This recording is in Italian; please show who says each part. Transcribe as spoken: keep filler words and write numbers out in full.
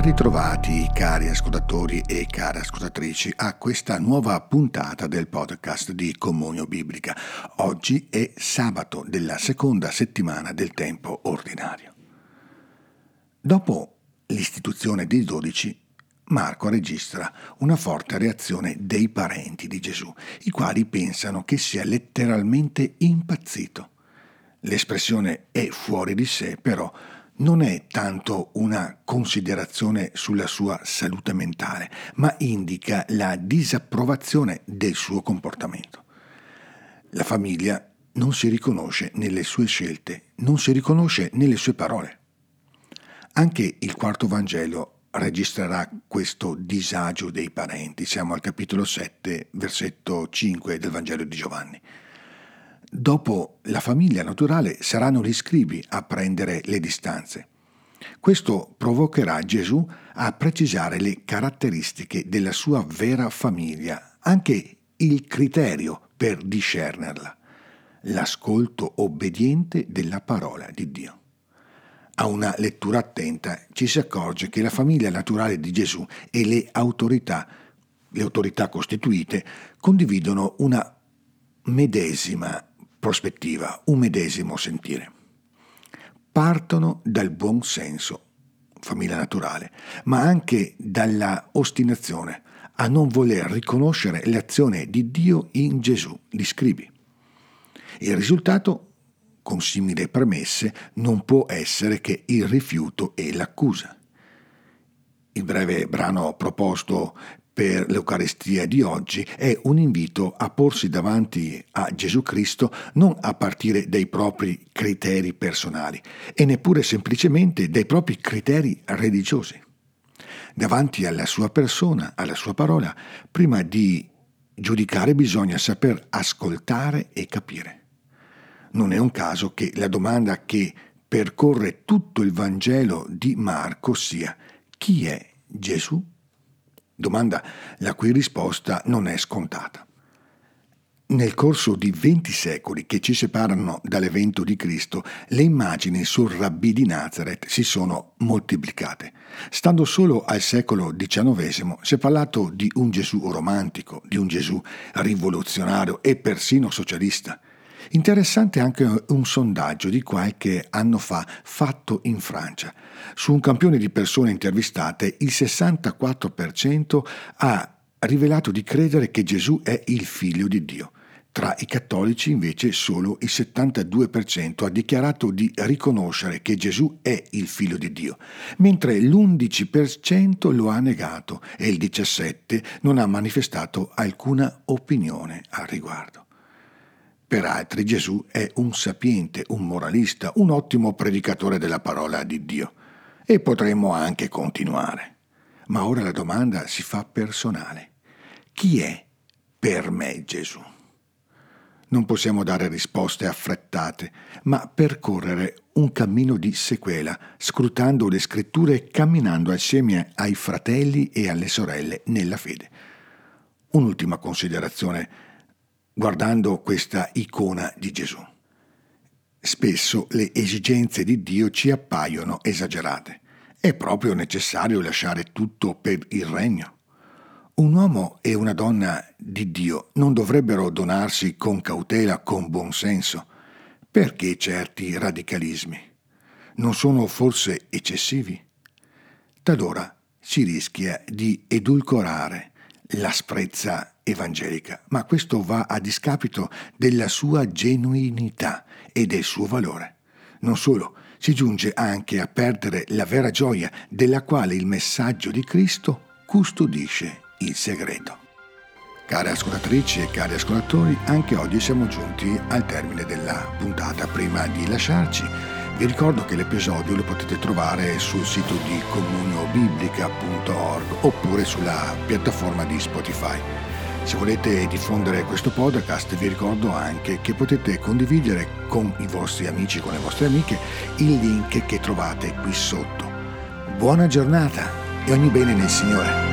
Speaker 1: ritrovati cari ascoltatori e care ascoltatrici a questa nuova puntata del podcast di Comunio Biblica. Oggi è sabato della seconda settimana del tempo ordinario. Dopo l'istituzione dei dodici, Marco registra una forte reazione dei parenti di Gesù, i quali pensano che sia letteralmente impazzito. L'espressione è fuori di sé, però non è tanto una considerazione sulla sua salute mentale, ma indica la disapprovazione del suo comportamento. La famiglia non si riconosce nelle sue scelte, non si riconosce nelle sue parole. Anche il quarto Vangelo registrerà questo disagio dei parenti. Siamo al capitolo sette, versetto cinque del Vangelo di Giovanni. Dopo la famiglia naturale saranno gli scribi a prendere le distanze. Questo provocherà Gesù a precisare le caratteristiche della sua vera famiglia, anche il criterio per discernerla, l'ascolto obbediente della parola di Dio. A una lettura attenta ci si accorge che la famiglia naturale di Gesù e le autorità, le autorità costituite, condividono una medesima prospettiva, un medesimo sentire. Partono dal buon senso, famiglia naturale, ma anche dalla ostinazione a non voler riconoscere l'azione di Dio in Gesù, gli scribi. Il risultato, con simili premesse, non può essere che il rifiuto e l'accusa. Il breve brano proposto per l'Eucaristia di oggi è un invito a porsi davanti a Gesù Cristo non a partire dai propri criteri personali e neppure semplicemente dai propri criteri religiosi. Davanti alla sua persona, alla sua parola, prima di giudicare bisogna saper ascoltare e capire. Non è un caso che la domanda che percorre tutto il Vangelo di Marco sia: chi è Gesù? Domanda la cui risposta non è scontata. Nel corso di venti secoli che ci separano dall'evento di Cristo, le immagini sul Rabbì di Nazaret si sono moltiplicate. Stando solo al secolo diciannovesimo si è parlato di un Gesù romantico, di un Gesù rivoluzionario e persino socialista. Interessante anche un sondaggio di qualche anno fa fatto in Francia. Su un campione di persone intervistate, il sessantaquattro per cento ha rivelato di credere che Gesù è il figlio di Dio. Tra i cattolici invece solo il settantadue per cento ha dichiarato di riconoscere che Gesù è il figlio di Dio, mentre l'undici per cento lo ha negato e il diciassette per cento non ha manifestato alcuna opinione al riguardo. Per altri Gesù è un sapiente, un moralista, un ottimo predicatore della parola di Dio. E potremmo anche continuare. Ma ora la domanda si fa personale. Chi è per me Gesù? Non possiamo dare risposte affrettate, ma percorrere un cammino di sequela, scrutando le scritture e camminando assieme ai fratelli e alle sorelle nella fede. Un'ultima considerazione guardando questa icona di Gesù. Spesso le esigenze di Dio ci appaiono esagerate. È proprio necessario lasciare tutto per il regno. Un uomo e una donna di Dio non dovrebbero donarsi con cautela, con buon senso. Perché certi radicalismi? Non sono forse eccessivi? Talora si rischia di edulcorare l'asprezza evangelica, ma questo va a discapito della sua genuinità e del suo valore. Non solo, si giunge anche a perdere la vera gioia della quale il messaggio di Cristo custodisce il segreto. Care ascoltatrici e cari ascoltatori, anche oggi siamo giunti al termine della puntata. Prima di lasciarci, vi ricordo che l'episodio lo potete trovare sul sito di comunio biblica punto org oppure sulla piattaforma di Spotify. Se volete diffondere questo podcast, vi ricordo anche che potete condividere con i vostri amici, con le vostre amiche, il link che trovate qui sotto. Buona giornata e ogni bene nel Signore.